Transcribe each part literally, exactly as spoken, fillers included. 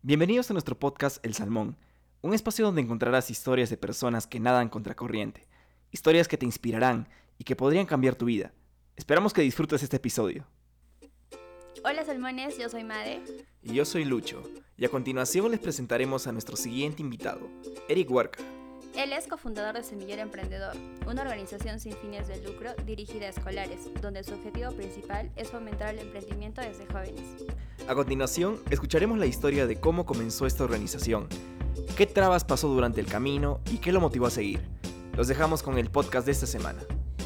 Bienvenidos a nuestro podcast El Salmón, un espacio donde encontrarás historias de personas que nadan contracorriente, historias que te inspirarán y que podrían cambiar tu vida. Esperamos que disfrutes este episodio. Hola salmones, yo soy Made. Y yo soy Lucho, y a continuación les presentaremos a nuestro siguiente invitado, Eric Huarca. Él es cofundador de Semillero Emprendedor, una organización sin fines de lucro dirigida a escolares, donde su objetivo principal es fomentar el emprendimiento desde jóvenes. A continuación, escucharemos la historia de cómo comenzó esta organización, qué trabas pasó durante el camino y qué lo motivó a seguir. Los dejamos con el podcast de esta semana.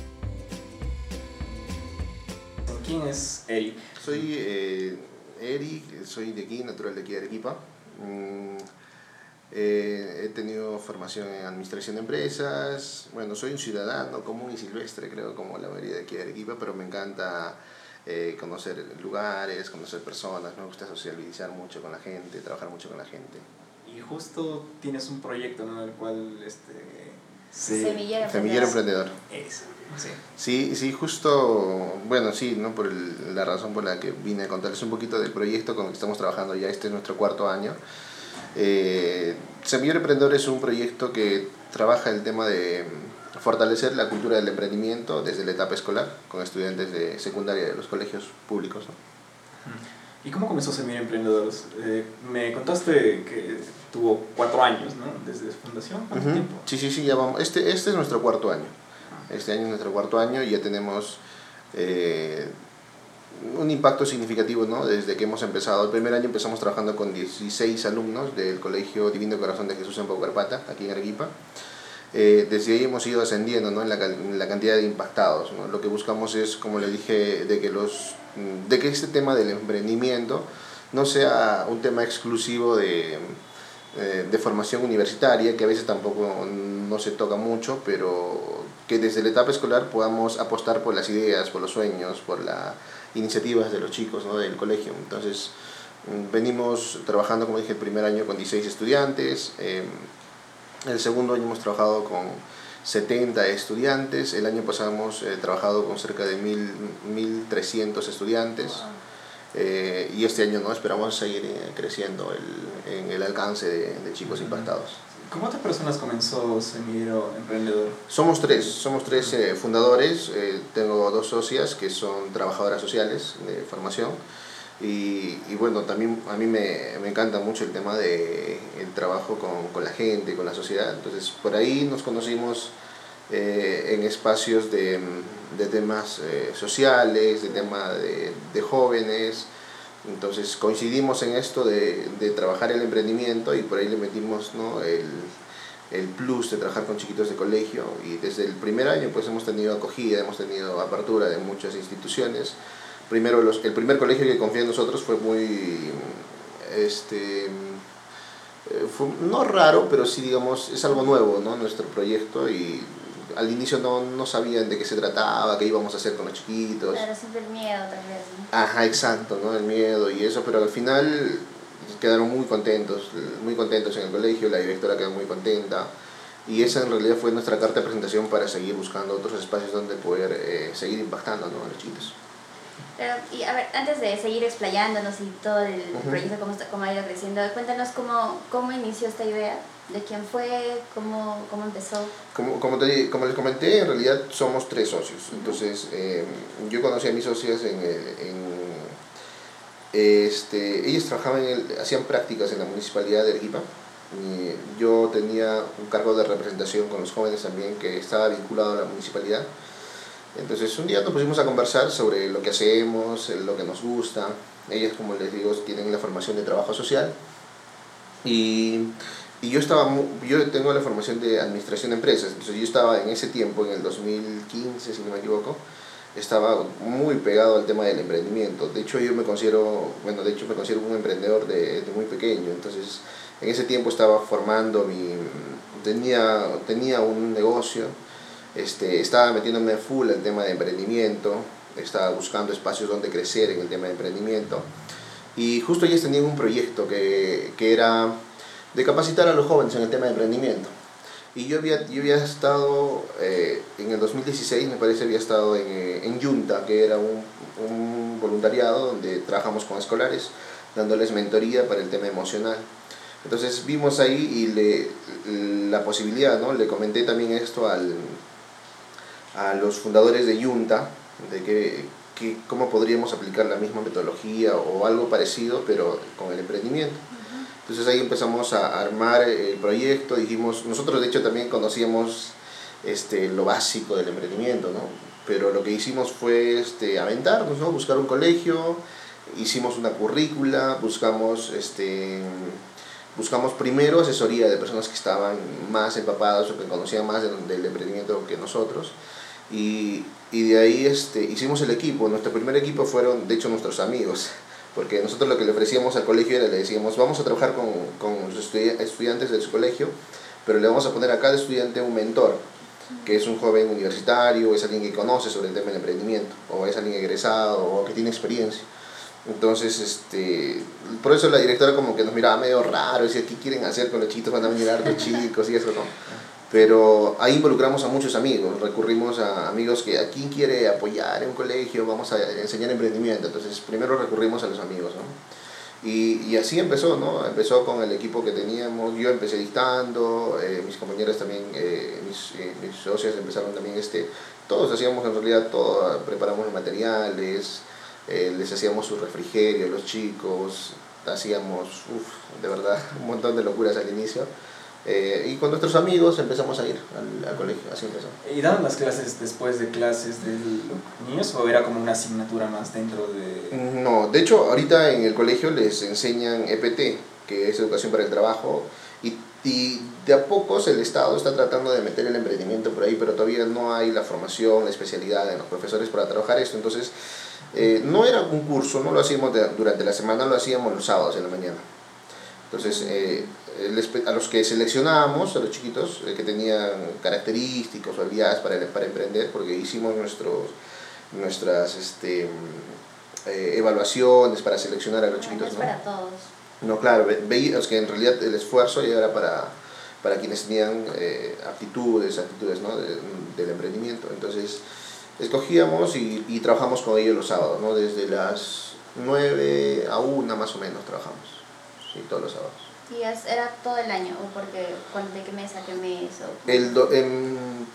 ¿Quién es Eric? Soy eh, Eric, soy de aquí, natural de aquí de Arequipa. Mm, eh, he tenido formación en administración de empresas. Bueno, soy un ciudadano común y silvestre, creo, como la mayoría de aquí de Arequipa, pero me encanta eh, conocer lugares, conocer personas. Me gusta socializar mucho con la gente, trabajar mucho con la gente. Y justo tienes un proyecto, ¿no? El cual este, Sí, Semillero Semillero Emprendedor. Emprendedor. Eso, sí. Sí, sí, justo, bueno, sí, ¿no? Por el, la razón por la que vine a contarles un poquito del proyecto con el que estamos trabajando ya, este es nuestro cuarto año. Eh, Semillero Emprendedor es un proyecto que trabaja el tema de fortalecer la cultura del emprendimiento desde la etapa escolar con estudiantes de secundaria de los colegios públicos, ¿no? ¿Y cómo comenzó Semillero Emprendedor? Eh, me contaste que tuvo cuatro años, ¿no? Desde su fundación, ¿cuánto Uh-huh. tiempo? Sí, sí, sí, ya vamos. Este, este es nuestro cuarto año. Este año es nuestro cuarto año y ya tenemos eh, un impacto significativo, ¿no? Desde que hemos empezado. El primer año empezamos trabajando con dieciséis alumnos del Colegio Divino Corazón de Jesús en Paucarpata, aquí en Arequipa. Eh, desde ahí hemos ido ascendiendo, ¿no? en, la, en la cantidad de impactados, ¿no? Lo que buscamos es, como le dije, de que, los, de que este tema del emprendimiento no sea un tema exclusivo de, eh, de formación universitaria, que a veces tampoco no se toca mucho, pero que desde la etapa escolar podamos apostar por las ideas, por los sueños, por las iniciativas de los chicos, ¿no? del colegio. Entonces, venimos trabajando, como dije, el primer año con dieciséis estudiantes. Eh, el segundo año hemos trabajado con setenta estudiantes. El año pasado hemos eh, trabajado con cerca de mil trescientos estudiantes. Eh, y este año no esperamos seguir eh, creciendo el, en el alcance de, de chicos impactados. ¿Con cuántas personas comenzó Semillero Emprendedor? Somos tres, somos tres eh, fundadores. Eh, tengo dos socias que son trabajadoras sociales de formación. Y, y bueno, también a mí me, me encanta mucho el tema del trabajo con, con la gente, con la sociedad. Entonces, por ahí nos conocimos eh, en espacios de, de temas eh, sociales, de temas de, de jóvenes. Entonces, coincidimos en esto de, de trabajar el emprendimiento y por ahí le metimos, ¿no? el, el plus de trabajar con chiquitos de colegio. Y desde el primer año pues hemos tenido acogida, hemos tenido apertura de muchas instituciones. Primero, los, el primer colegio que confió en nosotros fue muy, este, fue, no raro, pero sí, digamos, es algo nuevo, ¿no? Nuestro proyecto, y al inicio no, no sabían de qué se trataba, qué íbamos a hacer con los chiquitos. Claro, siempre el miedo tal vez, ¿no? Ajá, exacto, ¿no? El miedo y eso, pero al final quedaron muy contentos, muy contentos en el colegio, la directora quedó muy contenta. Y esa en realidad fue nuestra carta de presentación para seguir buscando otros espacios donde poder eh, seguir impactando, ¿no? a los chiquitos. Pero, y a ver, antes de seguir explayándonos y todo el Uh-huh. proyecto, cómo, está- cómo ha ido creciendo, cuéntanos cómo, cómo inició esta idea, de quién fue, cómo, cómo empezó. Como, como, te, como les comenté, en realidad somos tres socios. Entonces, eh, yo conocí a mis socias en, el, en este, ellas trabajaban, en el, hacían prácticas en la municipalidad de Arequipa. Y yo tenía un cargo de representación con los jóvenes también que estaba vinculado a la municipalidad. Entonces un día nos pusimos a conversar sobre lo que hacemos, lo que nos gusta. Ellas, como les digo, tienen la formación de trabajo social. Y, y yo, estaba, yo tengo la formación de administración de empresas. Entonces yo estaba en ese tiempo, en el dos mil quince, si no me equivoco, estaba muy pegado al tema del emprendimiento. De hecho yo me considero, bueno, de hecho me considero un emprendedor de, de muy pequeño. Entonces en ese tiempo estaba formando mi, tenía, tenía un negocio. Este, estaba metiéndome full al tema de emprendimiento, estaba buscando espacios donde crecer en el tema de emprendimiento, y justo ellos tenían un proyecto que, que era de capacitar a los jóvenes en el tema de emprendimiento. Y yo había, yo había estado, eh, en el dos mil dieciséis me parece, había estado en, en Yunta, que era un, un voluntariado donde trabajamos con escolares, dándoles mentoría para el tema emocional. Entonces vimos ahí y le, la posibilidad, ¿no? Le comenté también esto al, a los fundadores de Yunta, de que, que cómo podríamos aplicar la misma metodología o algo parecido, pero con el emprendimiento. Entonces ahí empezamos a armar el proyecto, dijimos, nosotros de hecho también conocíamos este, lo básico del emprendimiento, ¿no? Pero lo que hicimos fue este, aventarnos, ¿no? Buscar un colegio, hicimos una currícula, buscamos, este, buscamos primero asesoría de personas que estaban más empapadas o que conocían más del, del emprendimiento que nosotros, y, y de ahí este, hicimos el equipo. Nuestro primer equipo fueron de hecho nuestros amigos, porque nosotros lo que le ofrecíamos al colegio era, le decíamos, vamos a trabajar con, con los estudiantes de su colegio, pero le vamos a poner a cada estudiante un mentor, que es un joven universitario, o es alguien que conoce sobre el tema del emprendimiento, o es alguien egresado, o que tiene experiencia. Entonces, este, por eso la directora como que nos miraba medio raro, decía, ¿qué quieren hacer con los chiquitos? Van a venir hartos chicos y eso, ¿no? Pero ahí involucramos a muchos amigos, recurrimos a amigos que a quién quiere apoyar en un colegio, vamos a enseñar emprendimiento. Entonces primero recurrimos a los amigos, ¿no? Y, y así empezó, ¿no? Empezó con el equipo que teníamos, yo empecé dictando, eh, mis compañeras también, eh, mis, eh, mis socios empezaron también, este, todos hacíamos en realidad todo, preparamos los materiales, eh, les hacíamos su refrigerio a los chicos, hacíamos, uff, de verdad, un montón de locuras al inicio. Eh, y con nuestros amigos empezamos a ir al, al colegio, así empezó. ¿Y daban las clases después de clases de niños o era como una asignatura más dentro de...? No, de hecho ahorita en el colegio les enseñan E P T, que es Educación para el Trabajo, y, y de a pocos el Estado está tratando de meter el emprendimiento por ahí, pero todavía no hay la formación, la especialidad en los profesores para trabajar esto. Entonces eh, no era un curso, no lo hacíamos de, durante la semana, lo hacíamos los sábados en la mañana. Entonces, eh, a los que seleccionábamos, a los chiquitos eh, que tenían características o habilidades para, para emprender, porque hicimos nuestros, nuestras este, eh, evaluaciones para seleccionar a los chiquitos. No es ¿no? para todos. No, claro, veíamos que en realidad el esfuerzo ya era para, para quienes tenían eh, aptitudes, actitudes, ¿no? de, del emprendimiento. Entonces, escogíamos y, y trabajamos con ellos los sábados, ¿no? Desde las nueve a una más o menos trabajamos. Sí, todos los sábados. ¿Y era todo el año? ¿O porque de qué mes a qué mes? O... El do, eh,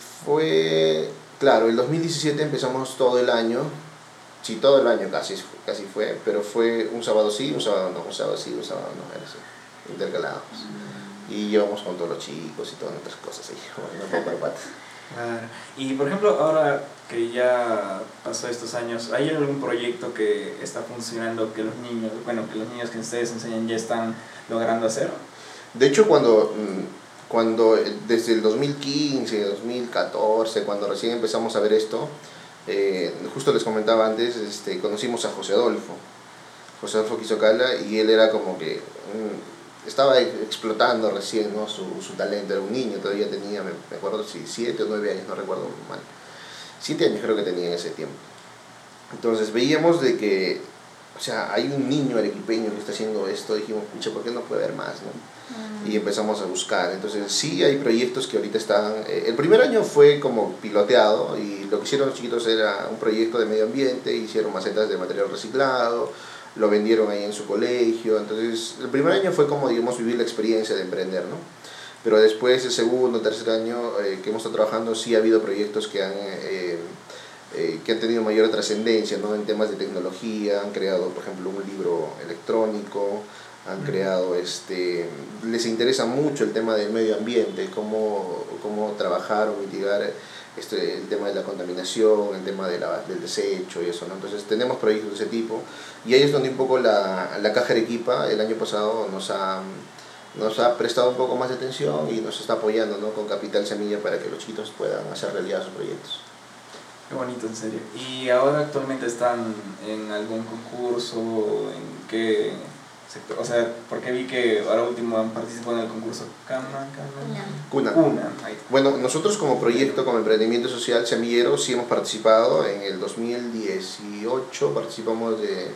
fue, claro, el dos mil diecisiete empezamos todo el año, sí, todo el año casi, casi fue, pero fue un sábado sí, un sábado no, un sábado sí, un sábado no, era así, intercalados. Mm. Y íbamos con todos los chicos y todas otras cosas ahí, bueno, no para patas. Claro. Y por ejemplo, ahora que ya pasó estos años, ¿hay algún proyecto que está funcionando que los niños, bueno, que los niños que ustedes enseñan ya están logrando hacer? De hecho, cuando, cuando desde el dos mil quince, dos mil catorce, cuando recién empezamos a ver esto, eh, justo les comentaba antes, este, conocimos a José Adolfo, José Adolfo Quizocala, y él era como que... Um, estaba explotando recién, ¿no? su, su talento, era un niño, todavía tenía, me, me acuerdo si siete o nueve años, no recuerdo mal, siete años creo que tenía en ese tiempo. Entonces veíamos de que, o sea, hay un niño arequipeño que está haciendo esto, dijimos, pucha, ¿por qué no puede haber más? ¿no? Mm. Y empezamos a buscar. Entonces sí hay proyectos que ahorita están, eh, el primer año fue como piloteado, y lo que hicieron los chiquitos era un proyecto de medio ambiente, hicieron macetas de material reciclado, lo vendieron ahí en su colegio. Entonces el primer año fue como, digamos, vivir la experiencia de emprender, ¿no? Pero después, el segundo, tercer año eh, que hemos estado trabajando, sí ha habido proyectos que han, eh, eh, que han tenido mayor trascendencia, ¿no? En temas de tecnología, han creado, por ejemplo, un libro electrónico, han creado, este, les interesa mucho el tema del medio ambiente, cómo, cómo trabajar o mitigar este, el tema de la contaminación, el tema de la, del desecho y eso, ¿no? Entonces tenemos proyectos de ese tipo, y ahí es donde un poco la, la Caja Arequipa el año pasado nos ha, nos ha prestado un poco más de atención y nos está apoyando, ¿no? Con Capital Semilla para que los chiquitos puedan hacer realidad sus proyectos. Qué bonito, en serio. ¿Y ahora actualmente están en algún concurso? ¿En qué sector? O sea, porque vi que ahora último han participado en el concurso Cama, Cuna. Cuna. Bueno, nosotros como proyecto, como emprendimiento social semillero, sí hemos participado. En el dos mil dieciocho participamos de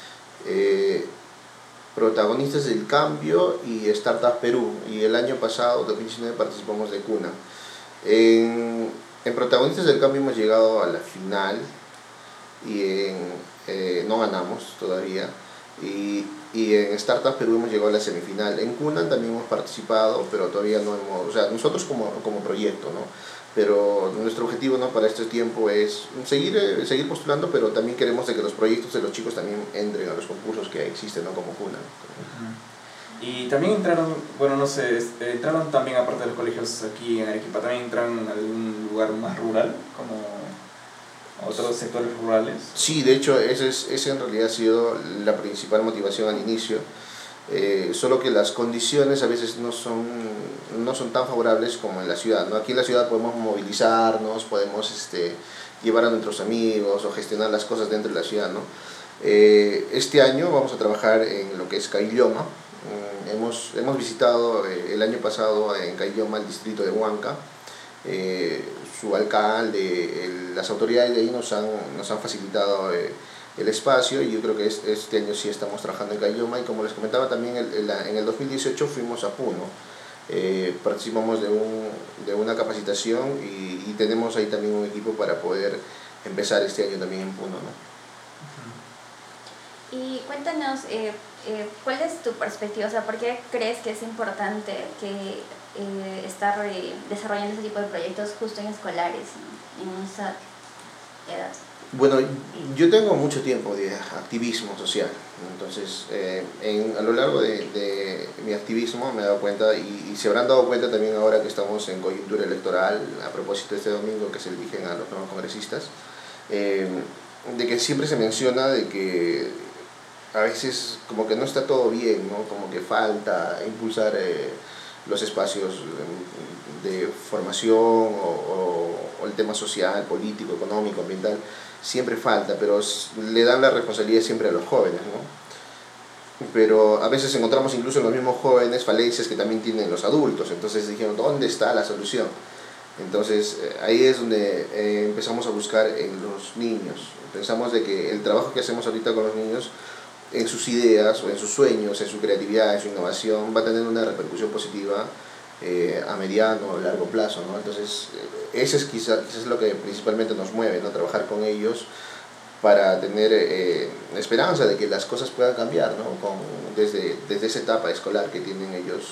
eh, Protagonistas del Cambio y Startup Perú. Y el año pasado, dos mil diecinueve, participamos de Cuna. En, en Protagonistas del Cambio hemos llegado a la final y en, eh, no ganamos todavía. Y, y en Startup Perú hemos llegado a la semifinal. En Cunan también hemos participado, pero todavía no hemos, o sea, nosotros como, como proyecto, ¿no? Pero nuestro objetivo, ¿no?, para este tiempo es seguir, eh, seguir postulando, pero también queremos de que los proyectos de los chicos también entren a los concursos que existen, ¿no?, como Cunan. Uh-huh. Y también entraron, bueno, no sé, entraron también, aparte de los colegios aquí en Arequipa, también entraron en algún lugar más rural, como otros sectores rurales. Sí, de hecho, esa es, ese en realidad ha sido la principal motivación al inicio. Eh, solo que las condiciones a veces no son, no son tan favorables como en la ciudad, ¿no? Aquí en la ciudad podemos movilizarnos, podemos este, llevar a nuestros amigos o gestionar las cosas dentro de la ciudad, ¿no? Eh, este año vamos a trabajar en lo que es Caylloma. Eh, hemos, hemos visitado eh, el año pasado en Caylloma el distrito de Huanca. Eh, su alcalde, el, las autoridades de ahí nos han, nos han facilitado eh, el espacio, y yo creo que este, este año sí estamos trabajando en Caylloma. Y como les comentaba también, el, el, en el dos mil dieciocho fuimos a Puno, eh, participamos de, un, de una capacitación, y, y tenemos ahí también un equipo para poder empezar este año también en Puno, ¿no? Y cuéntanos, eh, eh, ¿cuál es tu perspectiva? O sea, ¿por qué crees que es importante que eh, estar eh, desarrollando ese tipo de proyectos justo en escolares, ¿no?, en esa edad? Bueno, yo tengo mucho tiempo de activismo social, entonces eh, en, a lo largo de, de mi activismo me he dado cuenta, y, y se habrán dado cuenta también ahora que estamos en coyuntura electoral, a propósito de este domingo que se eligen a los nuevos congresistas, eh, de que siempre se menciona de que a veces como que no está todo bien, ¿no? Como que falta impulsar eh, los espacios de formación o, o, o el tema social, político, económico, ambiental. Siempre falta, pero le dan la responsabilidad siempre a los jóvenes, ¿no? Pero a veces encontramos incluso en los mismos jóvenes falencias que también tienen los adultos. Entonces dijeron, ¿dónde está la solución? Entonces ahí es donde eh, empezamos a buscar en los niños. Pensamos de que el trabajo que hacemos ahorita con los niños, en sus ideas o en sus sueños, en su creatividad, en su innovación, va a tener una repercusión positiva eh, a mediano o largo plazo, ¿no? Entonces eh, ese es quizás quizás lo que principalmente nos mueve, ¿no? Trabajar con ellos para tener eh, esperanza de que las cosas puedan cambiar, ¿no? Con, desde, desde esa etapa escolar que tienen ellos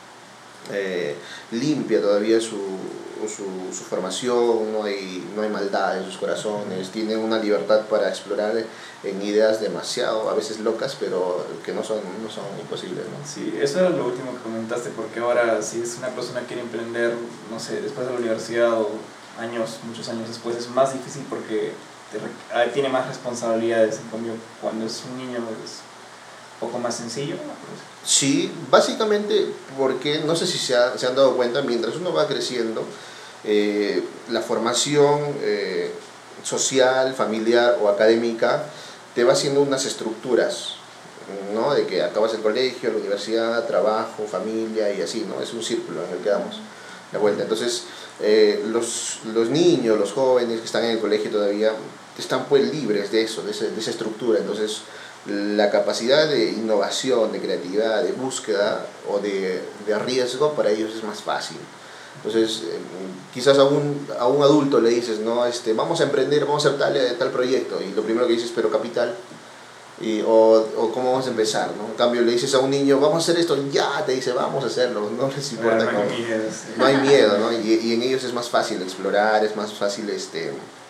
eh, limpia todavía su, su, su formación, no hay, no hay maldad en sus corazones, tienen una libertad para explorar en ideas demasiado, a veces locas, pero que no son, no son imposibles, ¿no? Sí, eso era lo último que comentaste, porque ahora si es una persona que quiere emprender, no sé, después de la universidad o años, muchos años después, es más difícil porque te, tiene más responsabilidades. En cambio, cuando es un niño es un poco más sencillo, ¿no? Sí, básicamente porque, no sé si se, ha, se han dado cuenta, mientras uno va creciendo, eh, la formación eh, social, familiar o académica te va haciendo unas estructuras, ¿no? De que acabas el colegio, la universidad, trabajo, familia y así, ¿no? Es un círculo en el que damos la vuelta. Entonces, eh, los, los niños, los jóvenes que están en el colegio todavía están pues libres de eso, de, ese, de esa estructura. Entonces, la capacidad de innovación, de creatividad, de búsqueda o de, de riesgo para ellos es más fácil. Entonces, eh, quizás a un, a un adulto le dices, no, este, vamos a emprender, vamos a hacer tal, tal proyecto, y lo primero que dices, pero capital, y, o, o cómo vamos a empezar, ¿no? En cambio, le dices a un niño, vamos a hacer esto, ya, te dice, vamos a hacerlo, no les importa. Bueno, no, hay miedo, sí. No hay miedo, ¿no? Y, y en ellos es más fácil explorar, es más fácil, este,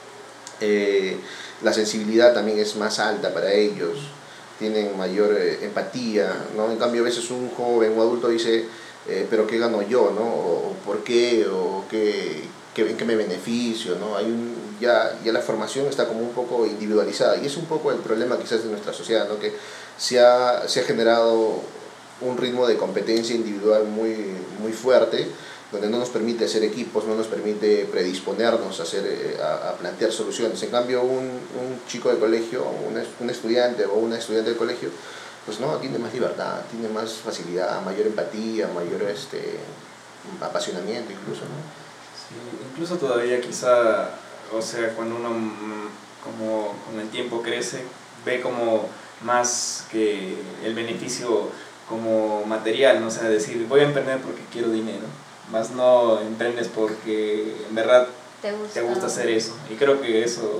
eh, la sensibilidad también es más alta para ellos, tienen mayor eh, empatía, ¿no? En cambio, a veces un joven o adulto dice, Eh, pero ¿qué gano yo, no? O, o ¿por qué? ¿O qué, qué, en qué me beneficio, no? Hay un, ya, ya la formación está como un poco individualizada, y es un poco el problema quizás de nuestra sociedad, ¿no? Que se ha, se ha generado un ritmo de competencia individual muy, muy fuerte, donde no nos permite hacer equipos, no nos permite predisponernos a, hacer, a, a plantear soluciones. En cambio, un, un chico de colegio, un, un estudiante o una estudiante de colegio, pues no, tiene más libertad, tiene más facilidad, mayor empatía, mayor este, apasionamiento incluso, ¿no? Sí, incluso todavía quizá, o sea, cuando uno como con el tiempo crece, ve como más que el beneficio como material, ¿no? O sea, decir, voy a emprender porque quiero dinero, más no emprendes porque en verdad te gusta, te gusta hacer eso. Y creo que eso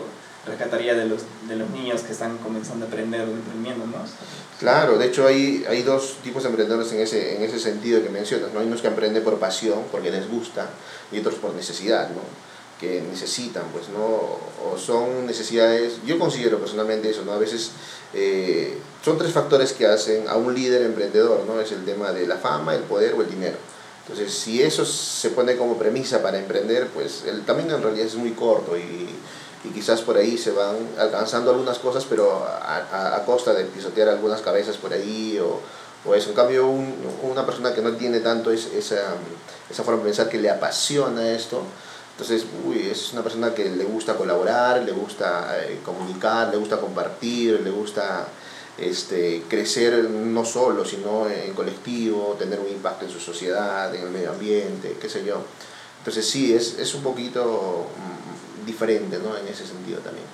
rescataría de los, de los niños que están comenzando a aprender o emprendiendo, ¿no? Claro, de hecho hay, hay dos tipos de emprendedores en ese, en ese sentido que mencionas, ¿no? Hay unos que emprenden por pasión, porque les gusta, y otros por necesidad, ¿no? Que necesitan, pues, ¿no? O son necesidades, yo considero personalmente eso, ¿no? A veces eh, son tres factores que hacen a un líder emprendedor, ¿no? Es el tema de la fama, el poder o el dinero. Entonces, si eso se pone como premisa para emprender, pues el camino en realidad es muy corto y, y quizás por ahí se van alcanzando algunas cosas, pero a, a, a costa de pisotear algunas cabezas por ahí o, o eso. En cambio, un, una persona que no tiene tanto es, esa, esa forma de pensar, que le apasiona esto, entonces, uy, es una persona que le gusta colaborar, le gusta eh, comunicar, le gusta compartir, le gusta este, crecer no solo, sino en colectivo, tener un impacto en su sociedad, en el medio ambiente, qué sé yo. Entonces sí, es, es un poquito mm, diferente, ¿no? En ese sentido también.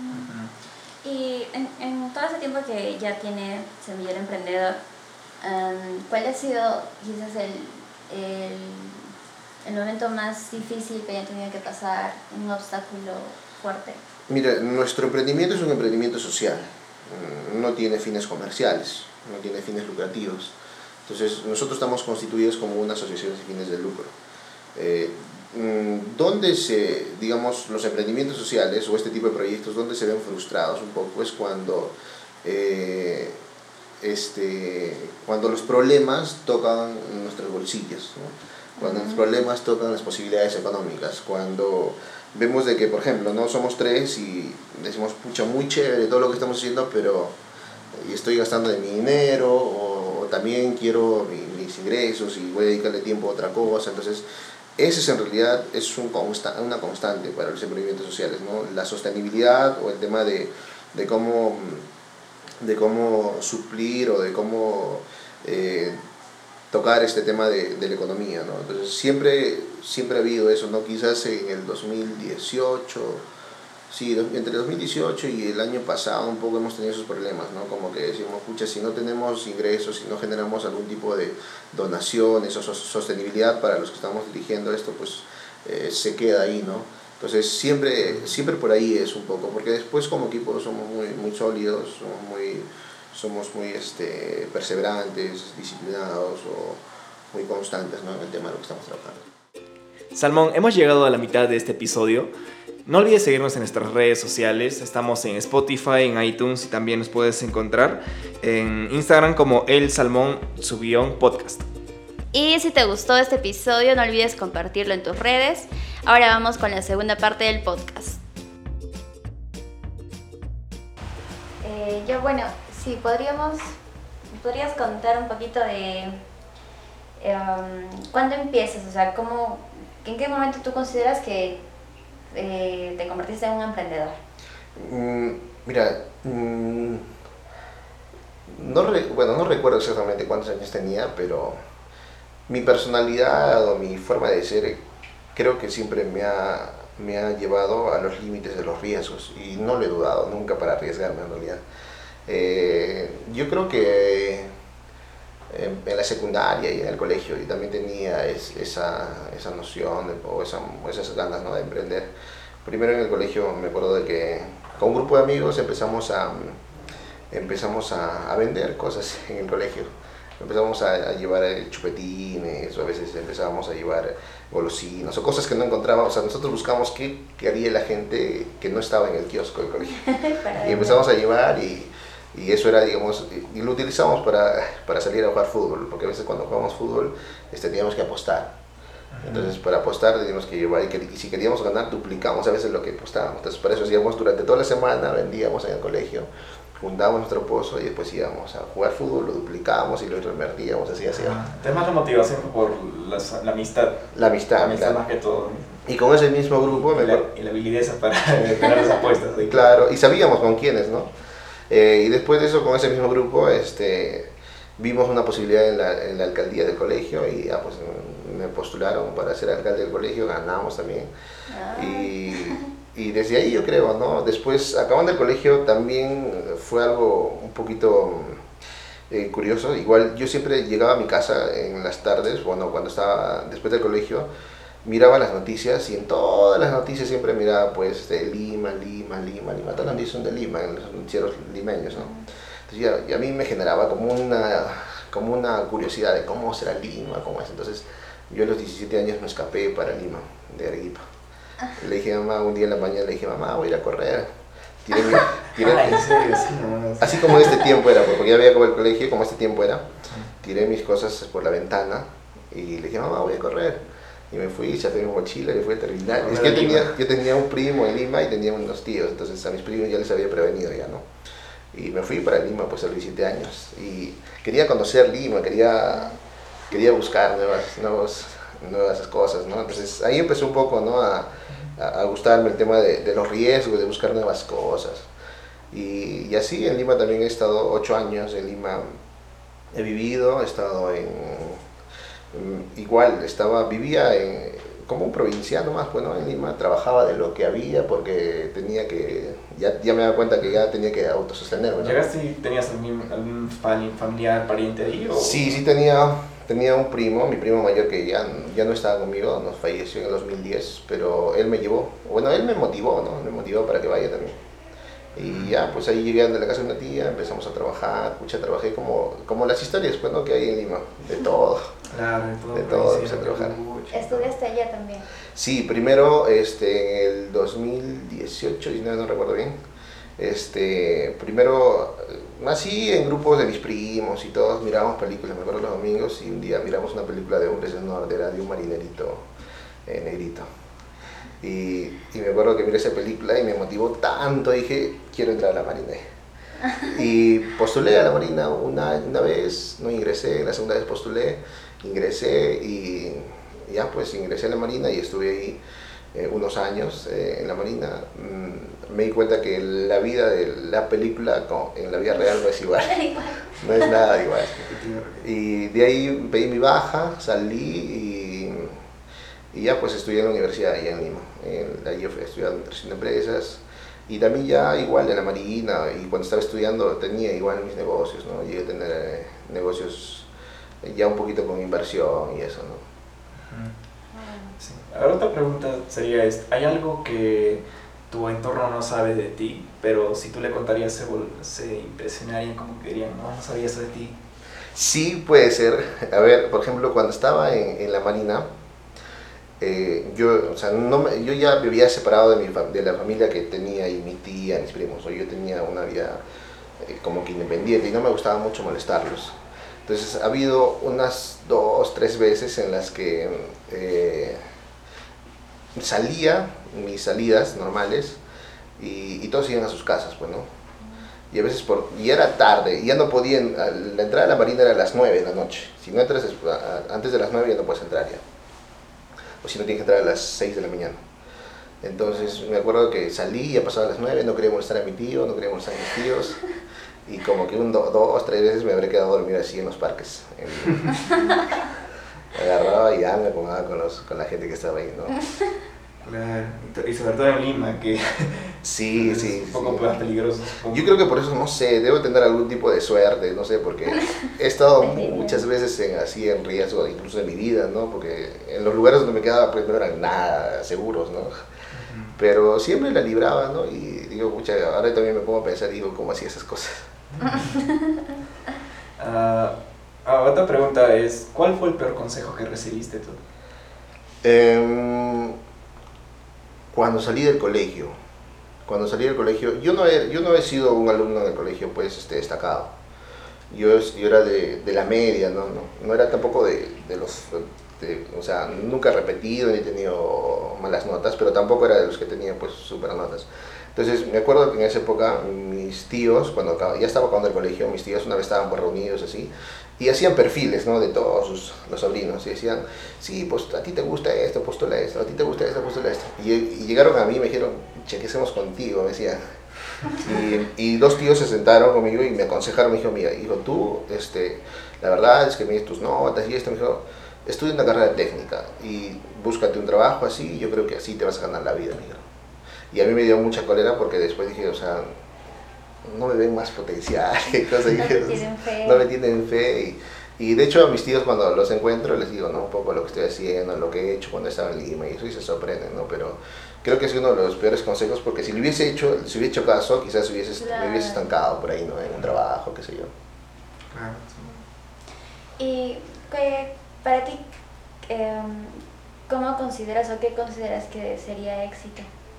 Y en, en todo ese tiempo que ya tiene Semillero Emprendedor, um, ¿cuál ha sido quizás el, el, el momento más difícil que hayan tenido que pasar, un obstáculo fuerte? Mira, nuestro emprendimiento es un emprendimiento social, no tiene fines comerciales, no tiene fines lucrativos. Entonces nosotros estamos constituidos como una asociación sin fines de lucro. Eh, donde se, digamos, los emprendimientos sociales o este tipo de proyectos, donde se ven frustrados un poco es cuando, eh, este, cuando los problemas tocan nuestros bolsillos, ¿no? Cuando uh-huh. los problemas tocan las posibilidades económicas, cuando vemos de que, por ejemplo, no somos tres y decimos, pucha, muy chévere todo lo que estamos haciendo, pero y estoy gastando de mi dinero o, o también quiero mi, mis ingresos y voy a dedicarle tiempo a otra cosa. Entonces ese es en realidad es un consta, una constante para los emprendimientos sociales, ¿no? La sostenibilidad o el tema de, de, cómo, de cómo suplir o de cómo eh, tocar este tema de, de la economía, ¿no? Entonces siempre, siempre ha habido eso, ¿no? Quizás en el dos mil dieciocho, sí, entre dos mil dieciocho y el año pasado un poco hemos tenido esos problemas, ¿no? Como que decimos, pucha, si no tenemos ingresos, si no generamos algún tipo de donaciones o sostenibilidad para los que estamos dirigiendo esto, pues eh, se queda ahí, ¿no? Entonces siempre, siempre por ahí es un poco, porque después como equipo somos muy, muy sólidos, somos muy, somos muy este, perseverantes, disciplinados o muy constantes, ¿no? En el tema de lo que estamos trabajando. Salmón, hemos llegado a la mitad de este episodio. No olvides seguirnos en nuestras redes sociales. Estamos en Spotify, en iTunes y también nos puedes encontrar en Instagram como El Salmón Subión Podcast. Y si te gustó este episodio, no olvides compartirlo en tus redes. Ahora vamos con la segunda parte del podcast. Eh, yo, bueno, sí, podríamos, podrías contar un poquito de um, cuándo empiezas, o sea, cómo, en qué momento tú consideras que Eh, te convertiste en un emprendedor. Mm, mira, mm, no re, bueno, no recuerdo exactamente cuántos años tenía, pero mi personalidad o mi forma de ser creo que siempre me ha, me ha llevado a los límites de los riesgos y no lo he dudado nunca para arriesgarme en realidad. Eh, yo creo que en, en la secundaria y en el colegio y también tenía es, esa, esa noción de, o esa, esas ganas, ¿no? De emprender. Primero en el colegio me acuerdo de que con un grupo de amigos empezamos a, empezamos a, a vender cosas en el colegio. Empezamos a, a llevar chupetines, o a veces empezábamos a llevar golosinas o cosas que no encontrábamos. O sea, nosotros buscamos qué, qué haría la gente que no estaba en el kiosco del colegio. Y empezamos a llevar y, y eso era, digamos, y lo utilizamos para, para salir a jugar fútbol, porque a veces cuando jugamos fútbol este, teníamos que apostar. Entonces para apostar teníamos que llevar, y si queríamos ganar duplicamos a veces lo que apostábamos. Entonces para eso hacíamos durante toda la semana, vendíamos en el colegio, juntábamos nuestro pozo y después íbamos a jugar fútbol, lo duplicábamos y lo reinvertíamos, así así. Además la motivación por la, la amistad. La amistad, la amistad claro. Más que todo. Y con ese mismo grupo... Y, me la, y la habilidad para ganar las apuestas. ¿Sí? Claro, y sabíamos con quiénes, ¿no? Eh, y después de eso, con ese mismo grupo, este, vimos una posibilidad en la, en la alcaldía del colegio y ya, pues, me postularon para ser alcalde del colegio, ganamos también. Ah. Y, y desde ahí yo creo, ¿no? Después, acabando el colegio, también fue algo un poquito eh, curioso. Igual yo siempre llegaba a mi casa en las tardes, bueno, cuando estaba después del colegio, miraba las noticias y en todas las noticias siempre miraba pues de Lima, Lima, Lima, Lima, todas las noticias son de Lima, en los noticieros limeños, ¿no? Entonces ya, y a mí me generaba como una, como una curiosidad de cómo será Lima, cómo es. Entonces yo a los diecisiete años me escapé para Lima, de Arequipa. Le dije a mamá, un día en la mañana le dije, mamá, voy a ir a correr. Tiré mi, tiré, Ah, ¿en serio? Sí, no, así como este tiempo era, porque ya había acabado el colegio, como este tiempo era, tiré mis cosas por la ventana y le dije, mamá, voy a correr. Y me fui, chafé mi mochila y fui a terminar. Es que yo tenía, yo tenía un primo en Lima y tenía unos tíos, entonces a mis primos ya les había prevenido ya, ¿no? Y me fui para Lima pues a los diecisiete años. Y quería conocer Lima, quería, quería buscar nuevas, nuevos, nuevas cosas, ¿no? Entonces ahí empezó un poco, ¿no? a, a, a gustarme el tema de, de los riesgos, de buscar nuevas cosas. Y, y así en Lima también he estado ocho años, en Lima he vivido, he estado en, igual, estaba, vivía en, como un provinciano más, bueno, en Lima trabajaba de lo que había porque tenía que, ya, ya me daba cuenta que ya tenía que autosostenerme, ¿no? ¿Llegaste y tenías algún, algún familiar, pariente ahí? O? Sí, sí tenía, tenía un primo, mi primo mayor que ya, ya no estaba conmigo, nos falleció en el dos mil diez, pero él me llevó, bueno, él me motivó, ¿no? Me motivó para que vaya también. Y ya, pues ahí llegué a la casa de una tía, empezamos a trabajar, pucha, trabajé como, como las historias, pues, ¿no? Que hay en Lima, de todo. Claro, de todo. De todo, empecé a trabajar. ¿Estudiaste allá también? Sí, primero este, en el dos mil dieciocho, diecinueve, no recuerdo bien. Este, primero nací en grupos de mis primos y todos mirábamos películas, me acuerdo los domingos, y un día miramos una película de Hombres del Norte, era de un marinerito eh, negrito. Y, y me acuerdo que miré esa película y me motivó tanto, dije, quiero entrar a la Marina. Y postulé a la Marina una, una vez, no ingresé, la segunda vez postulé, ingresé y ya pues ingresé a la Marina y estuve ahí eh, unos años eh, en la Marina. Mm, me di cuenta que la vida de la película con, en la vida real no es igual, no es nada igual. Y de ahí pedí mi baja, salí y, y ya pues estudié en la universidad allá en Lima. En, ahí fui estudiando administración de empresas. Y también ya igual en la Marina, y cuando estaba estudiando tenía igual mis negocios, ¿no? Llegué a tener eh, negocios eh, ya un poquito con inversión y eso, ¿no? Sí. Ahora otra pregunta sería esta. ¿Hay algo que tu entorno no sabe de ti, pero si tú le contarías se, se impresionarían, como que dirían, no, no sabía eso de ti? Sí, puede ser. A ver, por ejemplo, cuando estaba en, en la Marina, Eh, yo, o sea, no me, yo ya vivía separado de, mi, de la familia que tenía y mi tía, mis primos, o yo tenía una vida eh, como que independiente y no me gustaba mucho molestarlos. Entonces ha habido unas dos, tres veces en las que eh, salía, mis salidas normales, y, y todos iban a sus casas, pues, ¿no? Y a veces por, y era tarde, y ya no podían, la entrada a la Marina era a las nueve de la noche. Si no entras antes de las nueve ya no puedes entrar ya. O si no, tienes que entrar a las seis de la mañana. Entonces me acuerdo que salí, ya pasaba las nueve, no quería molestar a mi tío, no quería molestar a mis tíos, y como que un, do, dos, tres veces me habré quedado a dormir así en los parques. En, agarraba y ya me acomodaba con, los, con la gente que estaba ahí, ¿no? Claro, y sobre todo en Lima, que sí, es sí, un poco sí. más peligroso. Yo creo que por eso, no sé, debo tener algún tipo de suerte, no sé, porque he estado muchas veces en, así en riesgo, incluso de mi vida, ¿no? Porque en los lugares donde me quedaba, pues no eran nada seguros, ¿no? Uh-huh. Pero siempre la libraba, ¿no? Y digo, pucha, ahora también me pongo a pensar, digo, ¿cómo hacía esas cosas? uh, ah, otra pregunta es, ¿cuál fue el peor consejo que recibiste tú? Eh, cuando salí del colegio, cuando salí del colegio, yo no he, yo no he sido un alumno del colegio pues este, destacado. Yo, yo era de, de la media, ¿no? No, no era tampoco de, de los, de, o sea, nunca he repetido ni he tenido malas notas, pero tampoco era de los que tenían pues super notas. Entonces me acuerdo que en esa época mis tíos, cuando ya estaba acabando el colegio, mis tíos una vez estaban pues reunidos así, y hacían perfiles, ¿no? De todos sus, los sobrinos, y decían, sí, pues a ti te gusta esto, postula esto, a ti te gusta esto, postula esto. Y, y llegaron a mí y me dijeron, che, ¿qué hacemos contigo? Me decían. Y, y dos tíos se sentaron conmigo y me aconsejaron, me dijo, mira, hijo, tú, este, la verdad es que mides tus notas y esto, me dijo, estudia una carrera técnica y búscate un trabajo así, yo creo que así te vas a ganar la vida, me dijo. Y a mí me dio mucha cólera porque después dije, o sea, no me ven más potencial, cosas, no, dije, me tienen fe. no me tienen fe. Y de hecho a mis tíos cuando los encuentro les digo, ¿no? Un poco lo que estoy haciendo, lo que he hecho cuando estaba en Lima y eso, y se sorprenden, ¿no? Pero creo que es uno de los peores consejos porque si le hubiese hecho, si hubiese hecho caso, quizás hubiese, Claro. me hubiese estancado por ahí, ¿no? En un trabajo, qué sé yo. Claro. Y que, para ti, eh, ¿cómo consideras o qué consideras que sería éxito?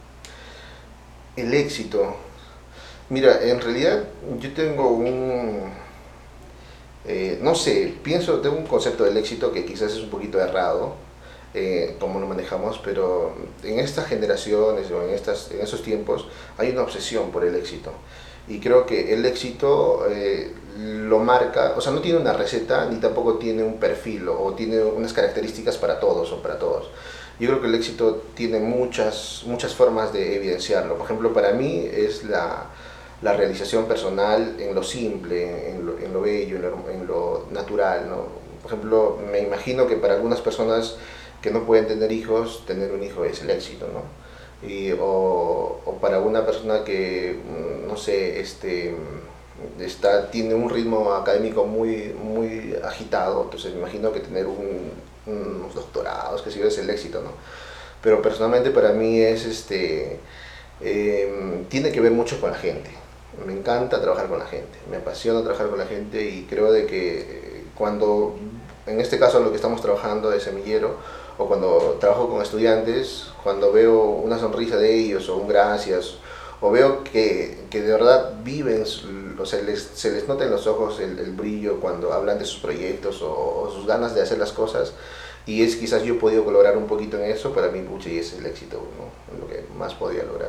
El éxito. Mira, en realidad yo tengo un... Eh, no sé, pienso, tengo un concepto del éxito que quizás es un poquito errado, eh, como lo manejamos, pero en estas generaciones o en, estas, en esos tiempos hay una obsesión por el éxito. Y creo que el éxito eh, lo marca, o sea, no tiene una receta ni tampoco tiene un perfil o, o tiene unas características para todos o para todos. Yo creo que el éxito tiene muchas, muchas formas de evidenciarlo. Por ejemplo, para mí es la, la realización personal en lo simple, en lo, en lo bello, en lo, en lo natural, ¿no? Por ejemplo, me imagino que para algunas personas que no pueden tener hijos, tener un hijo es el éxito, ¿no? Y, o, o para una persona que, no sé, este, está, tiene un ritmo académico muy, muy agitado, entonces me imagino que tener un, unos doctorados, que sí es el éxito, ¿no? Pero personalmente para mí es, este, eh, tiene que ver mucho con la gente. Me encanta trabajar con la gente, me apasiona trabajar con la gente y creo de que cuando, en este caso lo que estamos trabajando de semillero, o cuando trabajo con estudiantes, cuando veo una sonrisa de ellos o un gracias, o veo que, que de verdad viven, o sea, les, se les nota en los ojos el, el brillo cuando hablan de sus proyectos o, o sus ganas de hacer las cosas, y es quizás yo he podido colaborar un poquito en eso, para mí pucha, y es el éxito, ¿no? Lo que más podía lograr.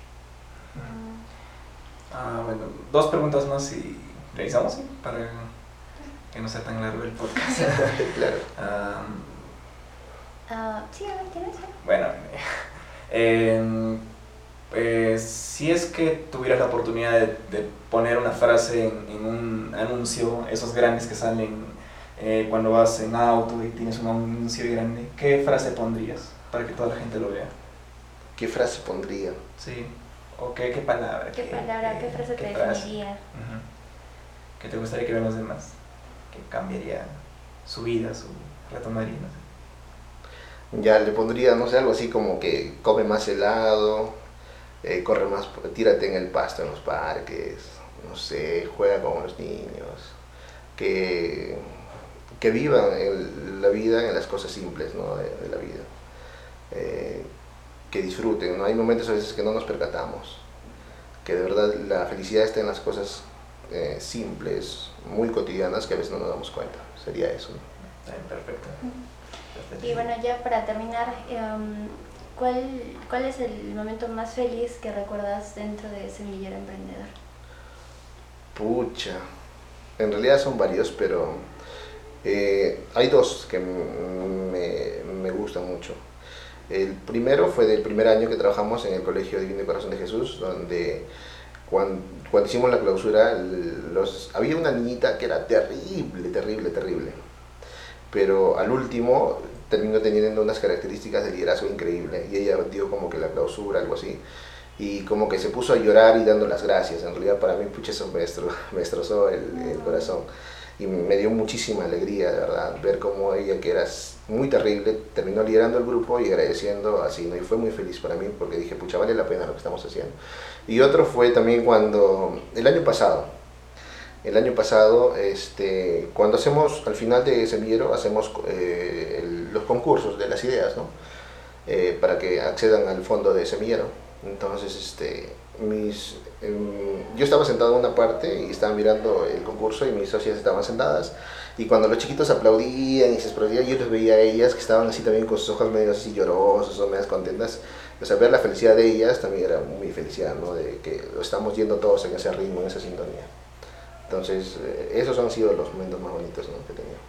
Ah, bueno, dos preguntas más y revisamos, ¿sí? Para que no sea tan largo el podcast. Claro. Ah, Ah, sí, a ver, ¿tienes? bueno, eh, pues, si es que tuvieras la oportunidad de, de poner una frase en, en un anuncio, esos grandes que salen eh, cuando vas en auto y tienes un anuncio grande, ¿qué frase pondrías para que toda la gente lo vea? ¿Qué frase pondría? Sí, o qué, qué palabra. ¿Qué palabra, qué frase te frase? definiría? Ujú. ¿Qué te gustaría que vean los demás? Que cambiaría su vida, su retomaría, no sé. Ya le pondría, no sé, algo así como que come más helado, eh, corre más, tírate en el pasto en los parques, no sé, juega con los niños, que, que vivan el- la vida en las cosas simples, ¿no? de, de la vida, eh, que disfruten, ¿no? Hay momentos a veces que no nos percatamos, que de verdad la felicidad está en las cosas eh, simples, muy cotidianas, que a veces no nos damos cuenta, sería eso, ¿no? Está bien, perfecto. Perfecto. Y bueno, ya para terminar, em, ¿cuál, ¿cuál es el momento más feliz que recuerdas dentro de Semillero Emprendedor? Pucha, en realidad son varios, pero eh, hay dos que m- me, me gustan mucho. El primero fue del primer año que trabajamos en el Colegio Divino Corazón de Jesús, donde cuando, cuando hicimos la clausura, el- los, había una niñita que era terrible, terrible, terrible, pero al último terminó teniendo unas características de liderazgo increíble y ella dio como que la clausura, algo así, y como que se puso a llorar y dando las gracias. En realidad para mí, pucha, eso me, destro, me destrozó el, el corazón y me dio muchísima alegría, de verdad, ver cómo ella, que era muy terrible, terminó liderando el grupo y agradeciendo así, ¿no? Y fue muy feliz para mí porque dije, pucha, vale la pena lo que estamos haciendo. Y otro fue también cuando, el año pasado, el año pasado, este, cuando hacemos, al final de Semillero, hacemos eh, el- los concursos de las ideas, ¿no? Eh, para que accedan al fondo de Semillero. Entonces, este, mis, em, yo estaba sentado en una parte y estaba mirando el concurso y mis socias estaban sentadas. Y cuando los chiquitos aplaudían y se explodían, yo les veía a ellas que estaban así también con sus ojos medio así llorosos o medio contentas. O sea, ver la felicidad de ellas también era muy felicidad, ¿no? De que estamos yendo todos en ese ritmo, en esa sintonía. Entonces, eh, esos han sido los momentos más bonitos, ¿no? que he tenido.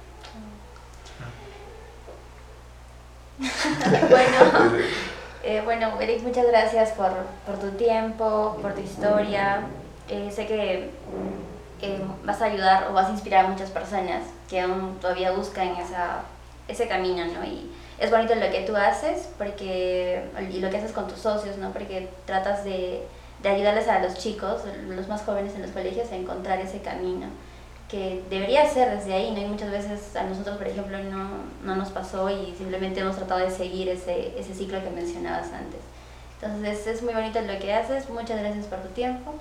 Bueno, eh, bueno, Eric, muchas gracias por, por tu tiempo, por tu historia. Eh, sé que eh, vas a ayudar o vas a inspirar a muchas personas que aún todavía buscan esa, ese camino, ¿no? Y es bonito lo que tú haces porque, y lo que haces con tus socios, ¿no? Porque tratas de, de ayudarles a los chicos, los más jóvenes en los colegios, a encontrar ese camino. que debería ser desde ahí, ¿no? Y muchas veces a nosotros, por ejemplo, no, no nos pasó y simplemente hemos tratado de seguir ese, ese ciclo que mencionabas antes. Entonces es muy bonito lo que haces, muchas gracias por tu tiempo.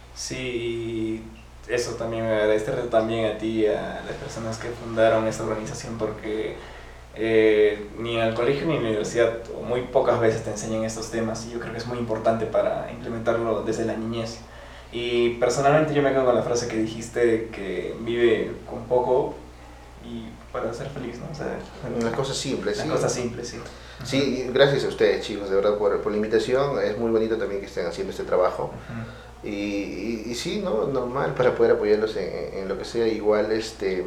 Sí, eso también me agradezco también a ti y a las personas que fundaron esta organización, porque eh, ni en el colegio ni en la universidad, o muy pocas veces te enseñan estos temas, y yo creo que es muy importante para implementarlo desde la niñez. Y personalmente yo me quedo con la frase que dijiste, que vive con poco y para ser feliz, ¿no? O sea, Las cosas simples, las sí. cosas simples, sí. Sí, gracias a ustedes, chicos, de verdad, por, por la invitación. Es muy bonito también que estén haciendo este trabajo. Uh-huh. Y, y, y sí, ¿no? Normal, para poder apoyarlos en, en lo que sea. Igual, este,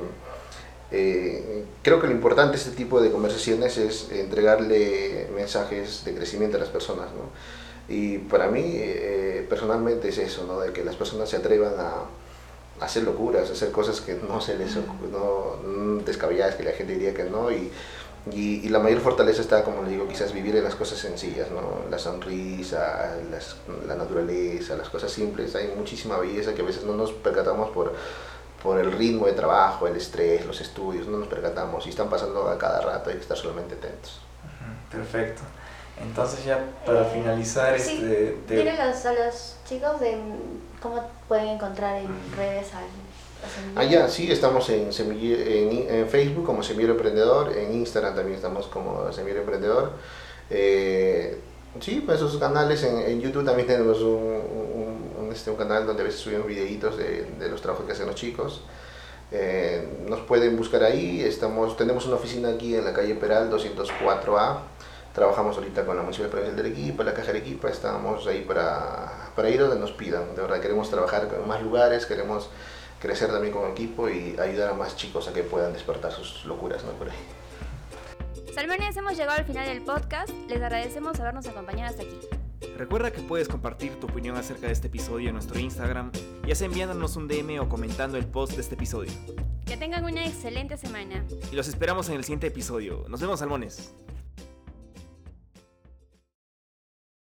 eh, creo que lo importante de este tipo de conversaciones es entregarle mensajes de crecimiento a las personas, ¿no? Y para mí, eh, personalmente, es eso, ¿no? De que las personas se atrevan a, a hacer locuras, a hacer cosas que no se les no, descabelladas, que la gente diría que no. Y, y, y la mayor fortaleza está, como les digo, quizás vivir en las cosas sencillas, ¿no? La sonrisa, las, la naturaleza, las cosas simples. Hay muchísima belleza que a veces no nos percatamos por, por el ritmo de trabajo, el estrés, los estudios, no nos percatamos y están pasando a cada rato, hay que estar solamente atentos. Uh-huh. Perfecto. Entonces ya para finalizar, Sí, este... Te... dile a los, a los chicos de cómo pueden encontrar en redes al... Ah, ya, sí, estamos en, en, en Facebook como Semillero Emprendedor, en Instagram también estamos como Semillero Emprendedor. Eh, sí, pues esos canales, en, en YouTube también tenemos un, un, un, este, un canal donde a veces subimos videitos de, de los trabajos que hacen los chicos. Eh, nos pueden buscar ahí, estamos, tenemos una oficina aquí en la calle Peral doscientos cuatro A. Trabajamos ahorita con la Municipalidad Provincial de Arequipa, la Caja de Arequipa, estamos ahí para, para ir donde nos pidan. De verdad, queremos trabajar en más lugares, queremos crecer también como equipo y ayudar a más chicos a que puedan despertar sus locuras, ¿no? Por ahí. Salmones, hemos llegado al final del podcast. Les agradecemos habernos acompañado hasta aquí. Recuerda que puedes compartir tu opinión acerca de este episodio en nuestro Instagram, ya sea enviándonos un D M o comentando el post de este episodio. Que tengan una excelente semana. Y los esperamos en el siguiente episodio. Nos vemos, salmones.